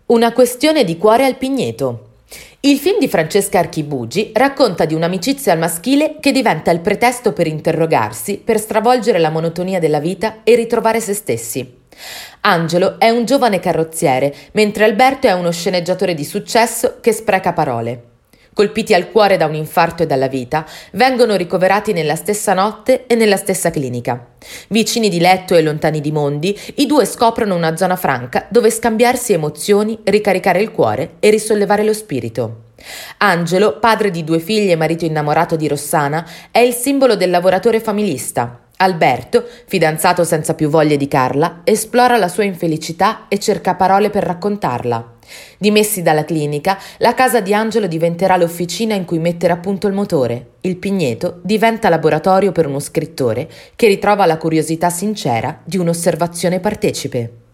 Una questione di cuore al Pigneto. Il film di Francesca Archibugi racconta di un'amicizia al maschile che diventa il pretesto per interrogarsi, per stravolgere la monotonia della vita e ritrovare se stessi. Angelo è un giovane carrozziere, mentre Alberto è uno sceneggiatore di successo che spreca parole. Colpiti al cuore da un infarto e dalla vita, vengono ricoverati nella stessa notte e nella stessa clinica. Vicini di letto e lontani di mondi, i due scoprono una zona franca dove scambiarsi emozioni, ricaricare il cuore e risollevare lo spirito. Angelo, padre di 2 figli e marito innamorato di Rossana, è il simbolo del lavoratore familista. Alberto, fidanzato senza più voglie di Carla, esplora la sua infelicità e cerca parole per raccontarla. Dimessi dalla clinica, la casa di Angelo diventerà l'officina in cui mettere a punto il motore. Il Pigneto diventa laboratorio per uno scrittore che ritrova la curiosità sincera di un'osservazione partecipe.